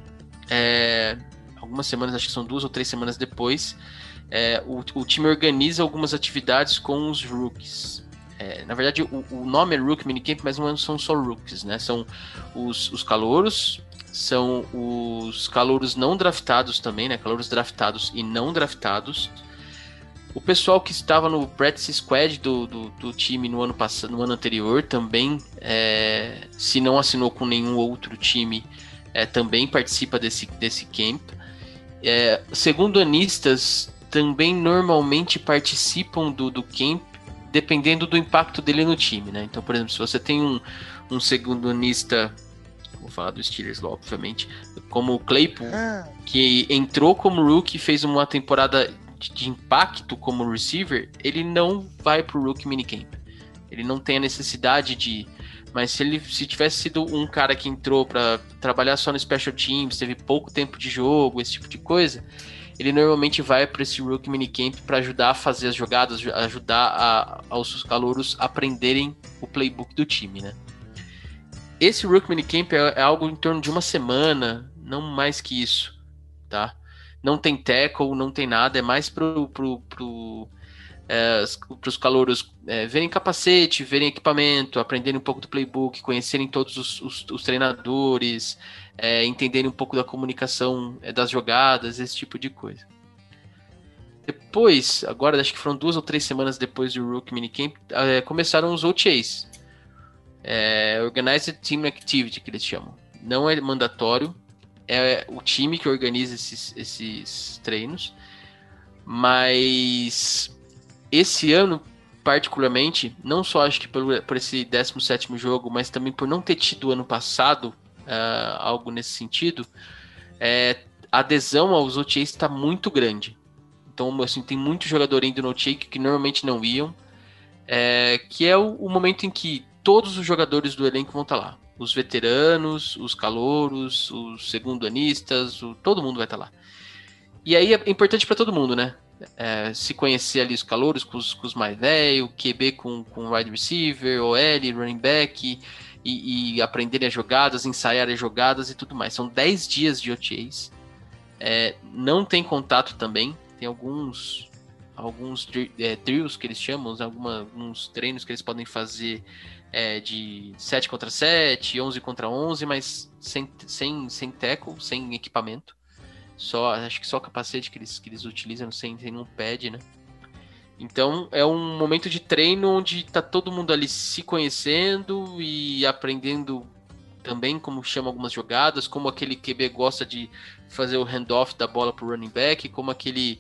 algumas semanas, acho que são 2 ou 3 semanas depois, o time organiza algumas atividades com os rookies. Na verdade, o nome é Rookie Minicamp, mas não são só rookies, né? São os calouros, são os calouros não draftados também, né? Calouros draftados e não draftados. O pessoal que estava no practice squad do time no ano passado, no ano anterior, também, se não assinou com nenhum outro time, também participa desse camp. Segundo-anistas também normalmente participam do camp, dependendo do impacto dele no time, né? Então, por exemplo, se você tem um segundo-anista, vou falar do Steelers, obviamente, como o Claypool, que entrou como rookie e fez uma temporada de impacto como receiver, ele não vai pro Rookie Minicamp. Ele não tem a necessidade de... Mas se tivesse sido um cara que entrou para trabalhar só no Special Teams, teve pouco tempo de jogo, esse tipo de coisa, ele normalmente vai para esse Rookie Minicamp para ajudar a fazer as jogadas, ajudar aos calouros aprenderem o playbook do time, né? Esse Rookie Minicamp é algo em torno de uma semana, não mais que isso, tá? Não tem tackle, não tem nada, é mais pros calouros verem capacete, verem equipamento, aprenderem um pouco do playbook, conhecerem todos os treinadores, entenderem um pouco da comunicação das jogadas, esse tipo de coisa. Depois, agora acho que foram 2 ou 3 semanas depois do Rookie Minicamp, começaram os OTAs, Organized Team Activity, que eles chamam. Não é mandatório, é o time que organiza esses treinos, mas esse ano, particularmente, não só acho que por esse 17º jogo, mas também por não ter tido ano passado algo nesse sentido, a adesão aos OTAs está muito grande. Então, assim, tem muito jogador indo no OTA que normalmente não iam, que é o momento em que todos os jogadores do elenco vão estar lá. Os veteranos, os calouros, os segundo-anistas, todo mundo vai estar lá. E aí é importante para todo mundo, né? se conhecer ali os calouros com os mais velhos, QB com wide receiver, OL, running back, e aprenderem as jogadas, ensaiarem as jogadas e tudo mais. São 10 dias de OTAs. Não tem contato também, tem alguns drills que eles chamam, alguns treinos que eles podem fazer de 7 contra 7, 11 contra 11, mas sem tackle, sem equipamento. Acho que só o capacete que eles utilizam, sem nenhum pad, né? Então é um momento de treino onde tá todo mundo ali se conhecendo e aprendendo também como chama algumas jogadas, como aquele QB gosta de fazer o handoff da bola pro running back, como aquele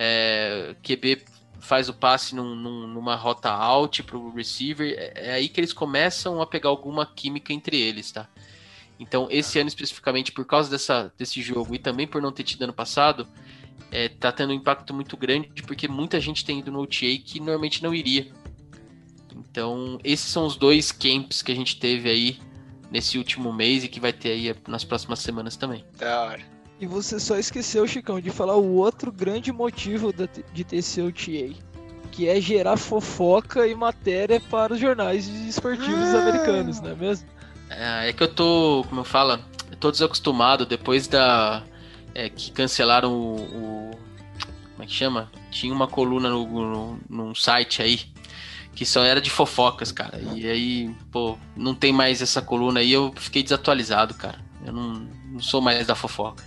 QB faz o passe numa rota out pro receiver. É aí que eles começam a pegar alguma química entre eles, tá? Então, esse ano especificamente, por causa desse jogo e também por não ter tido ano passado, tá tendo um impacto muito grande, porque muita gente tem ido no OTA que normalmente não iria. Então, esses são os 2 camps que a gente teve aí nesse último mês e que vai ter aí nas próximas semanas também. Da hora. E você só esqueceu, Chicão, de falar o outro grande motivo de ter esse OTA, que é gerar fofoca e matéria para os jornais esportivos americanos, não é mesmo? É que eu tô, como eu falo, eu tô desacostumado depois que cancelaram como é que chama? Tinha uma coluna num site aí que só era de fofocas, cara. E aí, não tem mais essa coluna aí, eu fiquei desatualizado, cara. Eu não sou mais da fofoca.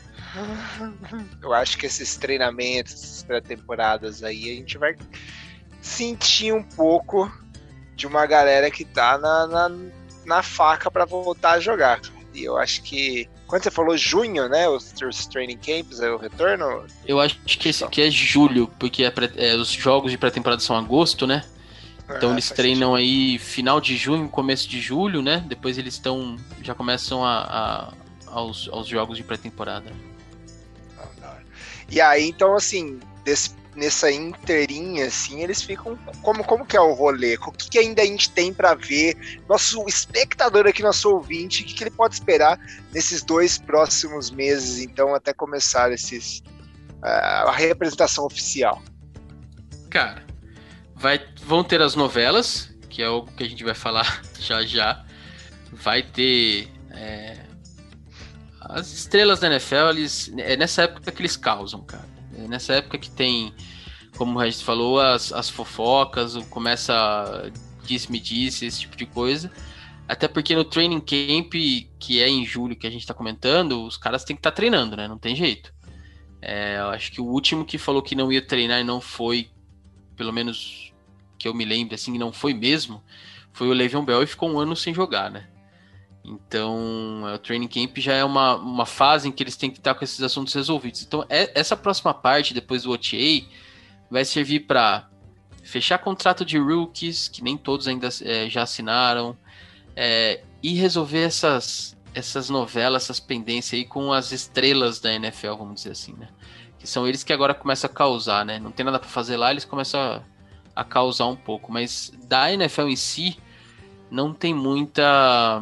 Eu acho que esses treinamentos, essas pré-temporadas aí, a gente vai sentir um pouco de uma galera que tá na faca pra voltar a jogar. E eu acho que... Quando você falou junho, né? Os training camps, o retorno... Eu acho que esse aqui é julho, porque os jogos de pré-temporada são agosto, né? Então eles treinam aí final de junho, começo de julho, né? Depois eles já começam aos jogos de pré-temporada. E aí, então, assim, nessa inteirinha, assim, eles ficam... Como que é o rolê? O que ainda a gente tem pra ver? Nosso espectador aqui, nosso ouvinte, o que ele pode esperar nesses 2 próximos meses, então, até começar a representação oficial? Cara, vão ter as novelas, que é algo que a gente vai falar já. Vai ter... as estrelas da NFL, é nessa época que eles causam, cara. É nessa época que tem, como o Regis falou, as fofocas, começa disse-me-disse, esse tipo de coisa. Até porque no training camp, que é em julho que a gente tá comentando, os caras têm que estar treinando, né? Não tem jeito. Eu acho que o último que falou que não ia treinar e não foi, pelo menos que eu me lembro, assim, não foi mesmo, foi o Le'Veon Bell e ficou 1 ano sem jogar, né? Então, o training camp já é uma fase em que eles têm que estar com esses assuntos resolvidos. Então, essa próxima parte, depois do OTA, vai servir para fechar contrato de rookies, que nem todos ainda já assinaram, e resolver essas novelas, essas pendências aí com as estrelas da NFL, vamos dizer assim, né? Que são eles que agora começam a causar, né? Não tem nada para fazer lá, eles começam a causar um pouco. Mas da NFL em si, não tem muita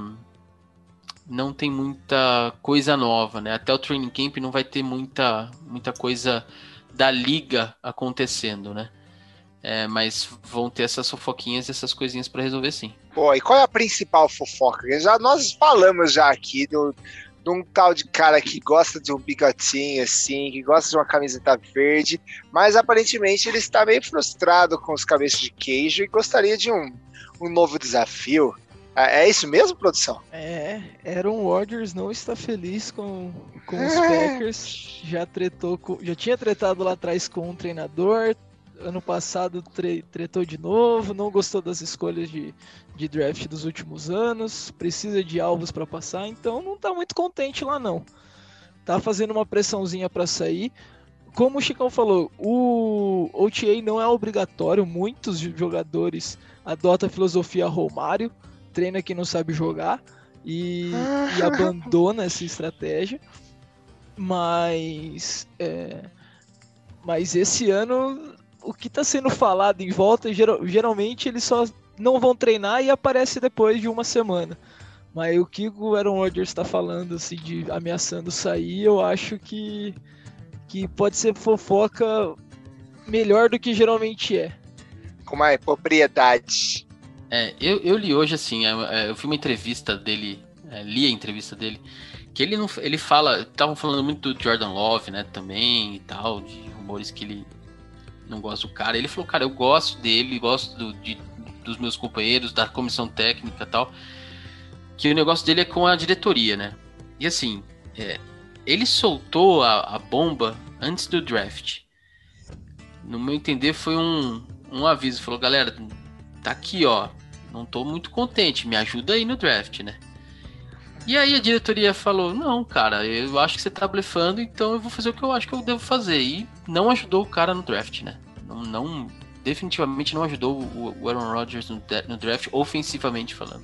coisa nova, né? Até o training camp não vai ter muita coisa da liga acontecendo, né? Mas vão ter essas fofoquinhas e essas coisinhas para resolver, sim. Pô, e qual é a principal fofoca? Nós falamos já aqui de um tal de cara que gosta de um bigotinho assim, que gosta de uma camiseta verde, mas aparentemente ele está meio frustrado com os cabeças de queijo e gostaria de um novo desafio. É isso mesmo, produção? Aaron Rodgers não está feliz com os Packers, já tinha tretado lá atrás com um treinador, ano passado tretou de novo, não gostou das escolhas de draft dos últimos anos, precisa de alvos para passar, então não está muito contente lá não. Tá fazendo uma pressãozinha para sair. Como o Chicão falou, o OTA não é obrigatório, muitos jogadores adotam a filosofia Romário, treina quem não sabe jogar e abandona essa estratégia, mas esse ano o que está sendo falado em volta, geralmente eles só não vão treinar e aparece depois de uma semana, mas o que o Aaron Rodgers está falando assim, ameaçando sair, eu acho que pode ser fofoca melhor do que geralmente é. Com mais propriedade. Eu li hoje, assim, eu vi uma entrevista dele, li a entrevista dele, que ele fala, estavam falando muito do Jordan Love, né, também e tal, de rumores que ele não gosta do cara. Ele falou, cara, eu gosto dele, gosto dos meus companheiros, da comissão técnica e tal, que o negócio dele é com a diretoria, né? E assim, ele soltou a bomba antes do draft. No meu entender, foi um aviso. Falou, galera, tá aqui, ó. Não tô muito contente, me ajuda aí no draft, né? E aí a diretoria falou, não, cara, eu acho que você tá blefando, então eu vou fazer o que eu acho que eu devo fazer. E não ajudou o cara no draft, né? Definitivamente não ajudou o Aaron Rodgers no draft, ofensivamente falando.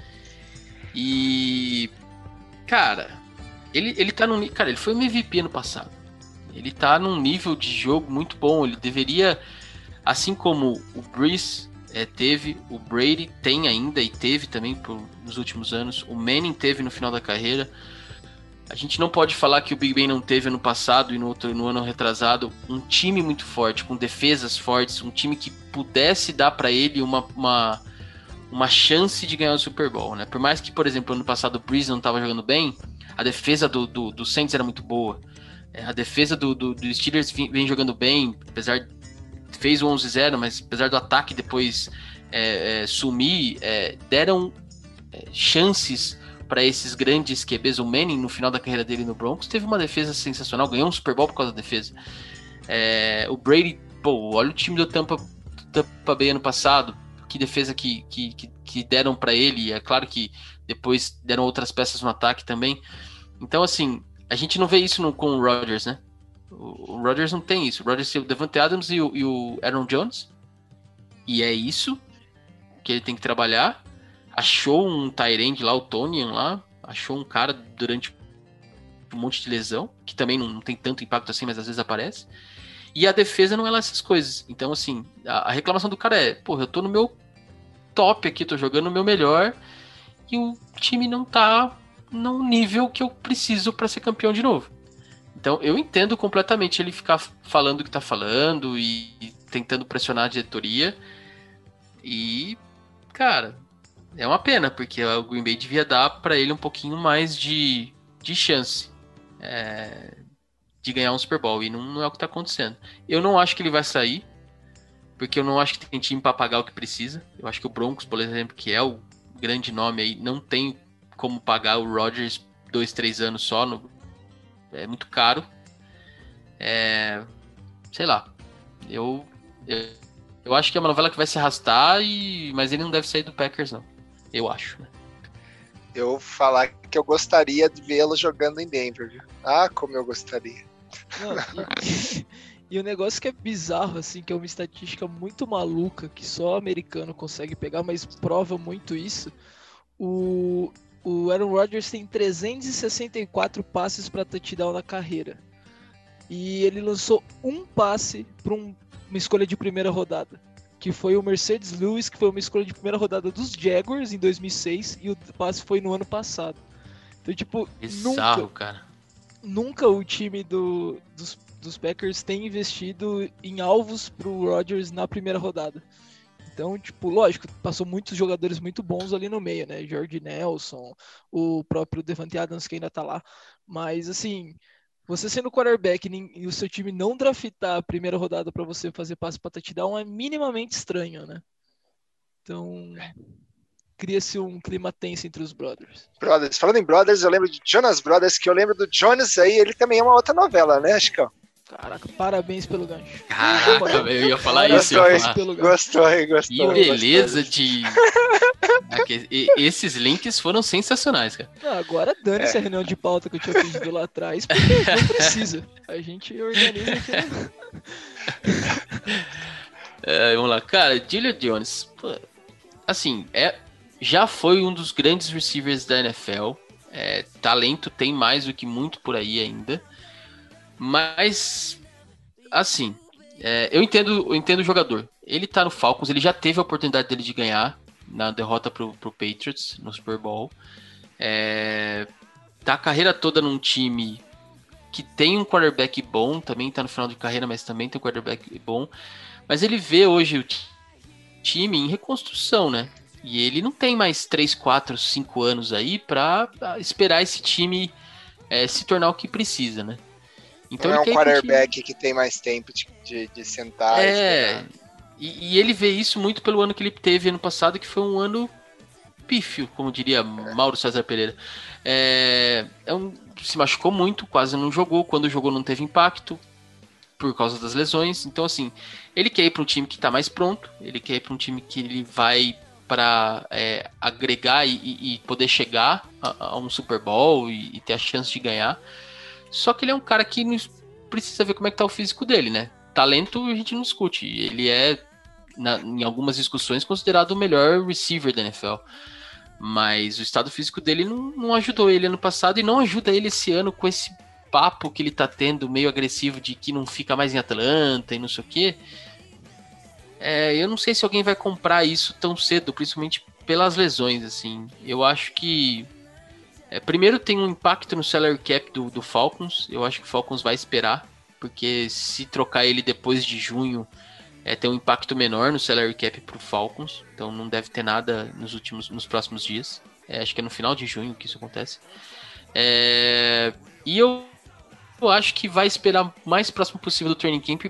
E, cara, ele tá num... Cara, ele foi um MVP ano passado. Ele tá num nível de jogo muito bom. Ele deveria, assim como o Brees teve, o Brady tem ainda e teve também nos últimos anos, o Manning teve no final da carreira. A gente não pode falar que o Big Ben não teve ano passado e no ano retrasado um time muito forte, com defesas fortes, um time que pudesse dar para ele uma chance de ganhar o Super Bowl, né? Por mais que, por exemplo, ano passado o Brees não estava jogando bem, a defesa do Saints era muito boa. A defesa do Steelers vem jogando bem, apesar fez o 11-0, mas apesar do ataque depois sumir, deram chances para esses grandes QBs. O Manning, no final da carreira dele no Broncos, teve uma defesa sensacional, ganhou um Super Bowl por causa da defesa. O Brady, olha o time do Tampa Bay ano passado, que defesa que deram para ele. É claro que depois deram outras peças no ataque também. Então, assim, a gente não vê isso com o Rodgers, né? O Rodgers não tem isso. O Rodgers tem o Davante Adams e o Aaron Jones. E é isso que ele tem que trabalhar. Achou um tight end lá, o Tonyan lá. Achou um cara durante um monte de lesão, que também não tem tanto impacto assim, mas às vezes aparece. E a defesa não é lá essas coisas. Então, assim, a reclamação do cara porra, eu tô no meu top aqui, tô jogando o meu melhor, e o time não tá no nível que eu preciso para ser campeão de novo. Então eu entendo completamente ele ficar falando o que tá falando e tentando pressionar a diretoria. E, cara, é uma pena, porque o Green Bay devia dar para ele um pouquinho mais de chance de ganhar um Super Bowl, e não é o que tá acontecendo. Eu não acho que ele vai sair, porque eu não acho que tem time para pagar o que precisa. Eu acho que o Broncos, por exemplo, que é o grande nome aí, não tem como pagar o Rodgers 2-3 anos só, é muito caro. Sei lá, eu acho que é uma novela que vai se arrastar, mas ele não deve sair do Packers, não. Eu acho, né? Eu falar que eu gostaria de vê-lo jogando em Denver, viu? Ah, como eu gostaria. Não, e o negócio que é bizarro, assim, que é uma estatística muito maluca, que só o americano consegue pegar, mas prova muito isso. O Aaron Rodgers tem 364 passes para touchdown na carreira. E ele lançou um passe para uma escolha de primeira rodada, que foi o Mercedes Lewis, que foi uma escolha de primeira rodada dos Jaguars em 2006, e o passe foi no ano passado. Então, tipo, bizarro, cara. Nunca o time dos Packers tem investido em alvos pro Rodgers na primeira rodada. Então, tipo, lógico, passou muitos jogadores muito bons ali no meio, né? Jordy Nelson, o próprio Davante Adams, que ainda tá lá. Mas, assim, você sendo quarterback e o seu time não draftar a primeira rodada para você fazer passe pra touchdown é minimamente estranho, né? Então, cria-se um clima tenso entre os brothers. Falando em brothers, eu lembro de Jonas Brothers, que eu lembro do Jonas aí, ele também é uma outra novela, né, Chicão? Caraca, parabéns pelo gancho. Caraca, eu ia falar isso. Gostou. Que beleza de... Esses links foram sensacionais, cara. Não, agora dane-se a reunião de pauta que eu tinha pedido lá atrás, porque não precisa. A gente organiza aqui. Né? Vamos lá. Cara, Julio Jones, assim, já foi um dos grandes receivers da NFL. Talento tem mais do que muito por aí ainda. Mas, assim, eu entendo o jogador. Ele tá no Falcons, ele já teve a oportunidade dele de ganhar na derrota pro Patriots no Super Bowl. Tá a carreira toda num time que tem um quarterback bom, também tá no final de carreira, mas também tem um quarterback bom. Mas ele vê hoje o time em reconstrução, né? E ele não tem mais 3, 4, 5 anos aí pra esperar esse time se tornar o que precisa, né? Então não ele é um quarterback que tem mais tempo de sentar. E ele vê isso muito pelo ano que ele teve ano passado, que foi um ano pífio, como diria Mauro César Pereira. Se machucou muito, quase não jogou. Quando jogou não teve impacto por causa das lesões. Então, assim, ele quer ir para um time que está mais pronto. Ele quer ir para um time que ele vai para agregar e poder chegar a um Super Bowl e ter a chance de ganhar. Só que ele é um cara que precisa ver como é que tá o físico dele, né? Talento a gente não discute. Ele é, em algumas discussões, considerado o melhor receiver da NFL. Mas o estado físico dele não ajudou ele ano passado e não ajuda ele esse ano com esse papo que ele tá tendo meio agressivo de que não fica mais em Atlanta e não sei o quê. Eu não sei se alguém vai comprar isso tão cedo, principalmente pelas lesões, assim. Eu acho que primeiro tem um impacto no salary cap do Falcons. Eu acho que o Falcons vai esperar, porque se trocar ele depois de junho, tem um impacto menor no salary cap pro Falcons. Então não deve ter nada nos próximos dias. Acho que é no final de junho que isso acontece. E eu acho que vai esperar o mais próximo possível do training camp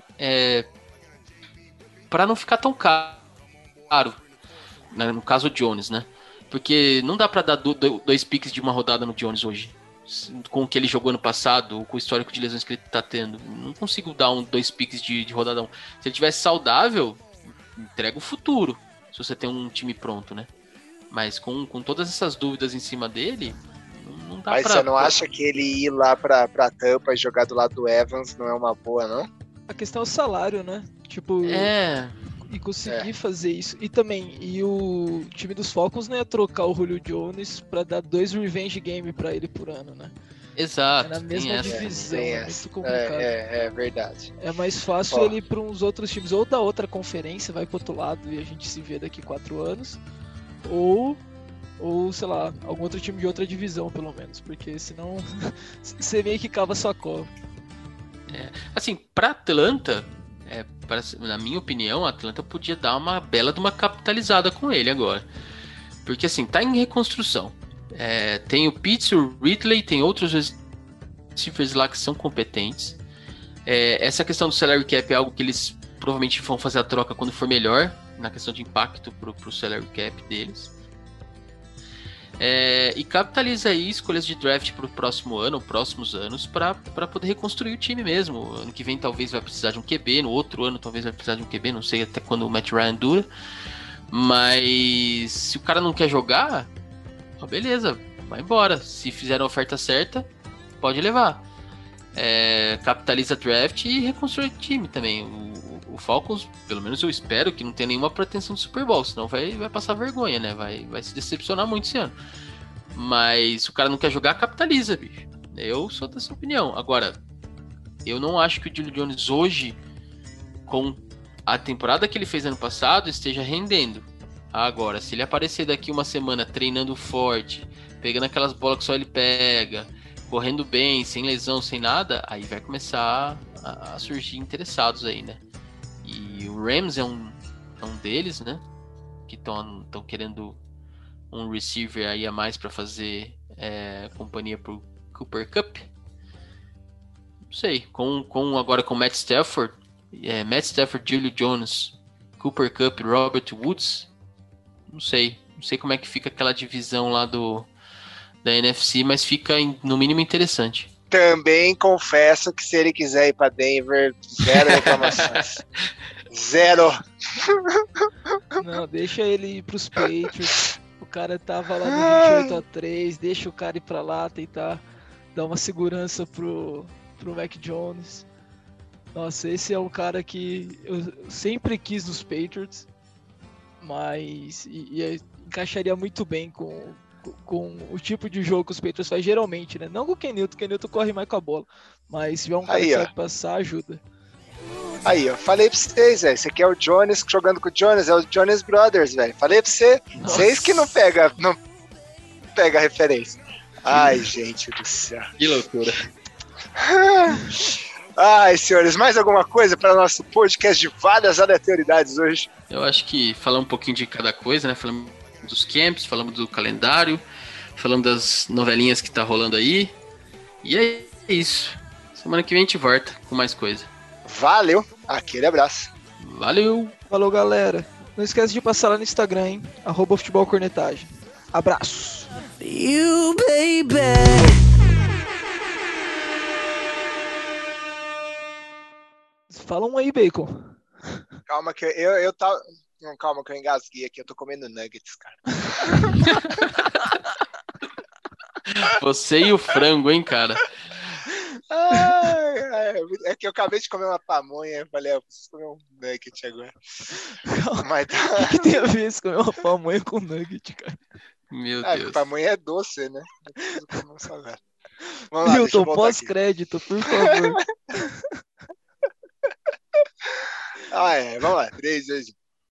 para não ficar tão caro. No caso o Jones, né? Porque não dá pra dar 2 picks de uma rodada no Jones hoje. Com o que ele jogou no passado, com o histórico de lesões que ele tá tendo. Não consigo dar 2 picks de rodada 1. Se ele tivesse saudável, entrega o futuro. Se você tem um time pronto, né? Mas com todas essas dúvidas em cima dele, não dá. Mas você não acha que ele ir lá pra Tampa e jogar do lado do Evans não é uma boa, não? A questão é o salário, né? Tipo... E conseguir fazer isso. E também, o time dos Falcons não ia trocar o Julio Jones pra dar 2 revenge game pra ele por ano, né? Exato. É na mesma divisão, é muito complicado. É verdade. É mais fácil ele ir pra uns outros times, ou da outra conferência, vai pro outro lado e a gente se vê daqui 4 anos, ou sei lá, algum outro time de outra divisão, pelo menos, porque senão você meio que cava sua cova. Assim, pra Atlanta... na minha opinião, a Atlanta podia dar uma bela de uma capitalizada com ele agora. Porque assim, tá em reconstrução. Tem o Pitts, o Ridley, tem outros receivers lá que são competentes. Essa questão do salary cap é algo que eles provavelmente vão fazer a troca quando for melhor, na questão de impacto pro salary cap deles. E capitaliza aí escolhas de draft pro próximo ano, ou próximos anos, para poder reconstruir o time mesmo. Ano que vem talvez vai precisar de um QB, no outro ano talvez vai precisar de um QB, não sei até quando o Matt Ryan dura. Mas se o cara não quer jogar, beleza, vai embora. Se fizer a oferta certa, pode levar. Capitaliza draft e reconstrói o time também. O Falcons, pelo menos eu espero que não tenha nenhuma pretensão de Super Bowl, senão vai passar vergonha, né? Vai se decepcionar muito esse ano. Mas se o cara não quer jogar, capitaliza, bicho. Eu sou dessa opinião. Agora, eu não acho que o Julio Jones hoje, com a temporada que ele fez ano passado, esteja rendendo. Agora, se ele aparecer daqui uma semana treinando forte, pegando aquelas bolas que só ele pega, correndo bem, sem lesão, sem nada, aí vai começar a surgir interessados aí, né? E o Rams é um deles, né? Que estão querendo um receiver aí a mais para fazer companhia pro Cooper Kupp. Não sei, agora com Matt Stafford, Julio Jones, Cooper Kupp, Robert Woods, não sei como é que fica aquela divisão lá da NFC, mas fica no mínimo interessante. Também confesso que se ele quiser ir pra Denver, 0 reclamações. 0. Não, deixa ele ir pros Patriots. O cara tava lá no 28-3, deixa o cara ir pra lá, tentar dar uma segurança pro Mac Jones. Nossa, esse é um cara que eu sempre quis nos Patriots, mas encaixaria muito bem com o tipo de jogo que os Patriots fazem geralmente, né? Não com o Ken Newton corre mais com a bola, mas se tiver um cara que sabe passar, ajuda. Aí, ó, falei pra vocês, velho, esse aqui é o Jones jogando com o Jones, é o Jonas Brothers, velho. Falei pra vocês que não pega a referência. Ai, gente do céu. Que loucura. Ai, senhores, mais alguma coisa para nosso podcast de várias aleatoriedades hoje? Eu acho que falamos um pouquinho de cada coisa, né? Falamos dos camps, falamos do calendário, falamos das novelinhas que tá rolando aí. E é isso. Semana que vem a gente volta com mais coisa. Valeu, aquele abraço. Valeu! Falou, galera. Não esquece de passar lá no Instagram, hein? @futebolcornetagem. Abraços. You, baby. Fala um aí, Bacon. Calma que eu tava... Não, calma que eu engasguei aqui, eu tô comendo nuggets, cara. Você e o frango, hein, cara? É que eu acabei de comer uma pamonha, eu falei, eu preciso comer um nugget agora. Mas tá... O que tem a ver isso comer uma pamonha com nugget, cara? Meu Deus. Pamonha é doce, né? Eu preciso comer um salgado. Vamos lá, deixa eu Milton, voltar pós-crédito, por favor. aqui. Vamos lá, 3, 2, 1.